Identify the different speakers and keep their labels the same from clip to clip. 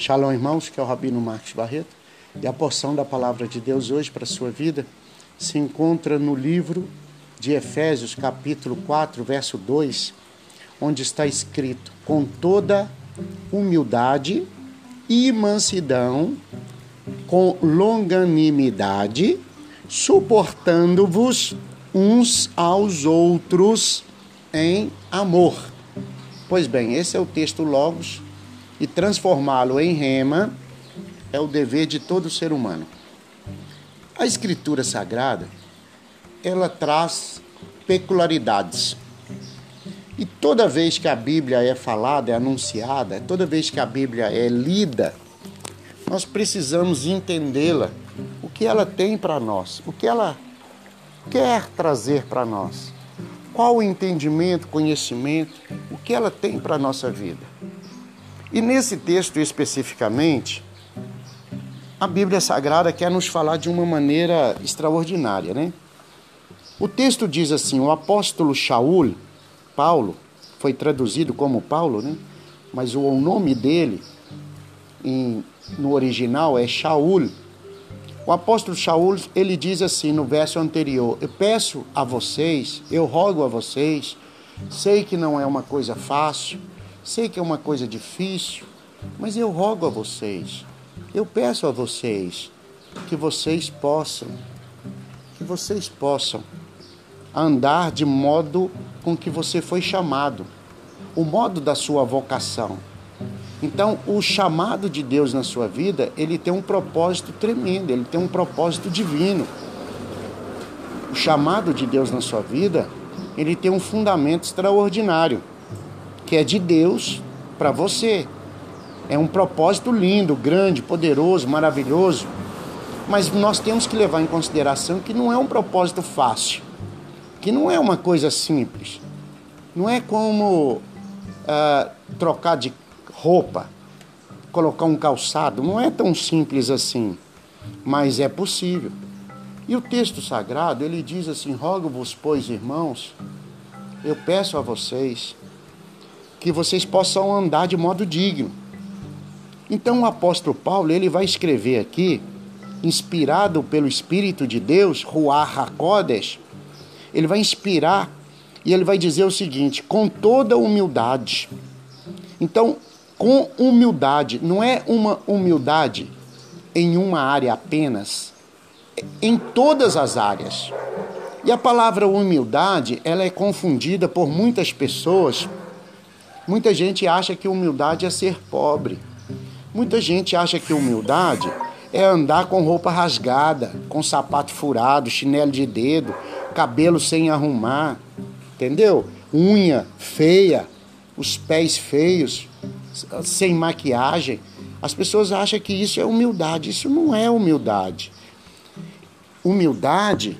Speaker 1: Shalom, irmãos, que é o Rabino Marcos Barreto. E a porção da palavra de Deus hoje para a sua vida se encontra no livro de Efésios, capítulo 4, verso 2, onde está escrito: com toda humildade e mansidão, com longanimidade, suportando-vos uns aos outros em amor. Pois bem, esse é o texto Logos, e transformá-lo em rema é o dever de todo ser humano. A Escritura Sagrada, ela traz peculiaridades. E toda vez que a Bíblia é falada, é anunciada, toda vez que a Bíblia é lida, nós precisamos entendê-la, o que ela tem para nós, o que ela quer trazer para nós, qual o entendimento, conhecimento, o que ela tem para a nossa vida. E nesse texto especificamente, a Bíblia Sagrada quer nos falar de uma maneira extraordinária, né? O texto diz assim: o apóstolo Shaul, Paulo, foi traduzido como Paulo, né? Mas o nome dele no original é Shaul. O apóstolo Shaul, ele diz assim no verso anterior: eu peço a vocês, eu rogo a vocês, sei que não é uma coisa fácil, sei que é uma coisa difícil, mas eu rogo a vocês, eu peço a vocês que vocês possam andar de modo com que você foi chamado, o modo da sua vocação. Então, o chamado de Deus na sua vida, ele tem um propósito tremendo, ele tem um propósito divino. O chamado de Deus na sua vida, ele tem um fundamento extraordinário, que é de Deus para você. É um propósito lindo, grande, poderoso, maravilhoso, mas nós temos que levar em consideração que não é um propósito fácil, que não é uma coisa simples. Não é como trocar de roupa, colocar um calçado, não é tão simples assim, mas é possível. E o texto sagrado, ele diz assim: rogo-vos, pois, irmãos, eu peço a vocês que vocês possam andar de modo digno. Então o apóstolo Paulo, ele vai escrever aqui, inspirado pelo Espírito de Deus, Ruach HaKodesh, ele vai inspirar e ele vai dizer o seguinte: com toda humildade. Então, com humildade, não é uma humildade em uma área apenas, em todas as áreas. E a palavra humildade, ela é confundida por muitas pessoas. Muita gente acha que humildade é ser pobre. Muita gente acha que humildade é andar com roupa rasgada, com sapato furado, chinelo de dedo, cabelo sem arrumar, entendeu? Unha feia, os pés feios, sem maquiagem. As pessoas acham que isso é humildade. Isso não é humildade. Humildade,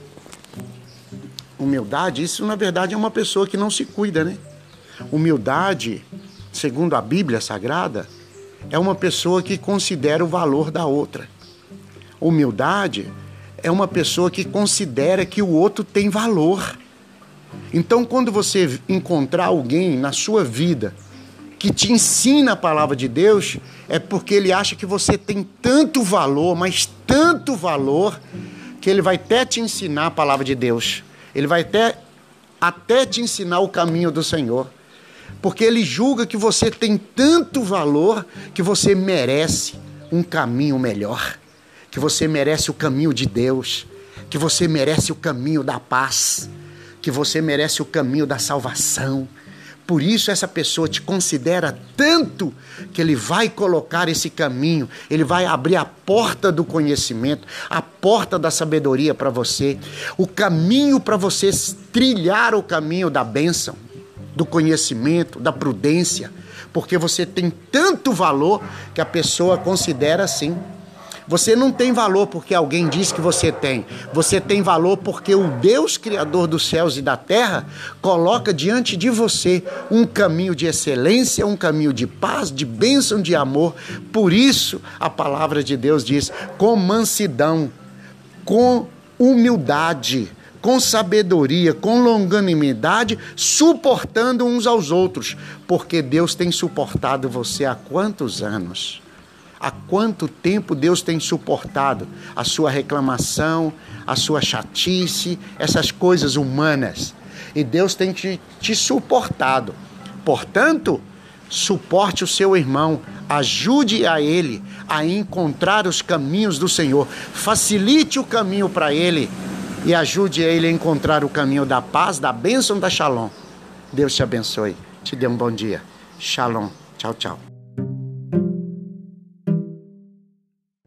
Speaker 1: isso na verdade é uma pessoa que não se cuida, né? Humildade, segundo a Bíblia Sagrada, é uma pessoa que considera o valor da outra. Humildade é uma pessoa que considera que o outro tem valor. Então, quando você encontrar alguém na sua vida que te ensina a palavra de Deus, é porque ele acha que você tem tanto valor, mas tanto valor, que ele vai até te ensinar a palavra de Deus. Ele vai até te ensinar o caminho do Senhor. Porque ele julga que você tem tanto valor que você merece um caminho melhor, que você merece o caminho de Deus, que você merece o caminho da paz, que você merece o caminho da salvação. Por isso essa pessoa te considera tanto que ele vai colocar esse caminho, ele vai abrir a porta do conhecimento, a porta da sabedoria para você, o caminho para você trilhar o caminho da bênção, do conhecimento, da prudência, porque você tem tanto valor que a pessoa considera assim. Você não tem valor porque alguém diz que você tem. Você tem valor porque o Deus Criador dos céus e da terra coloca diante de você um caminho de excelência, um caminho de paz, de bênção, de amor. Por isso a palavra de Deus diz: com mansidão, com humildade, com sabedoria, com longanimidade, suportando uns aos outros. Porque Deus tem suportado você há quantos anos? há quanto tempo Deus tem suportado a sua reclamação, a sua chatice, essas coisas humanas. E Deus tem te suportado. Portanto, suporte o seu irmão, ajude a ele a encontrar os caminhos do Senhor. Facilite o caminho para ele e ajude ele a encontrar o caminho da paz, da bênção, da shalom. Deus te abençoe. Te dê um bom dia. Shalom. Tchau, tchau.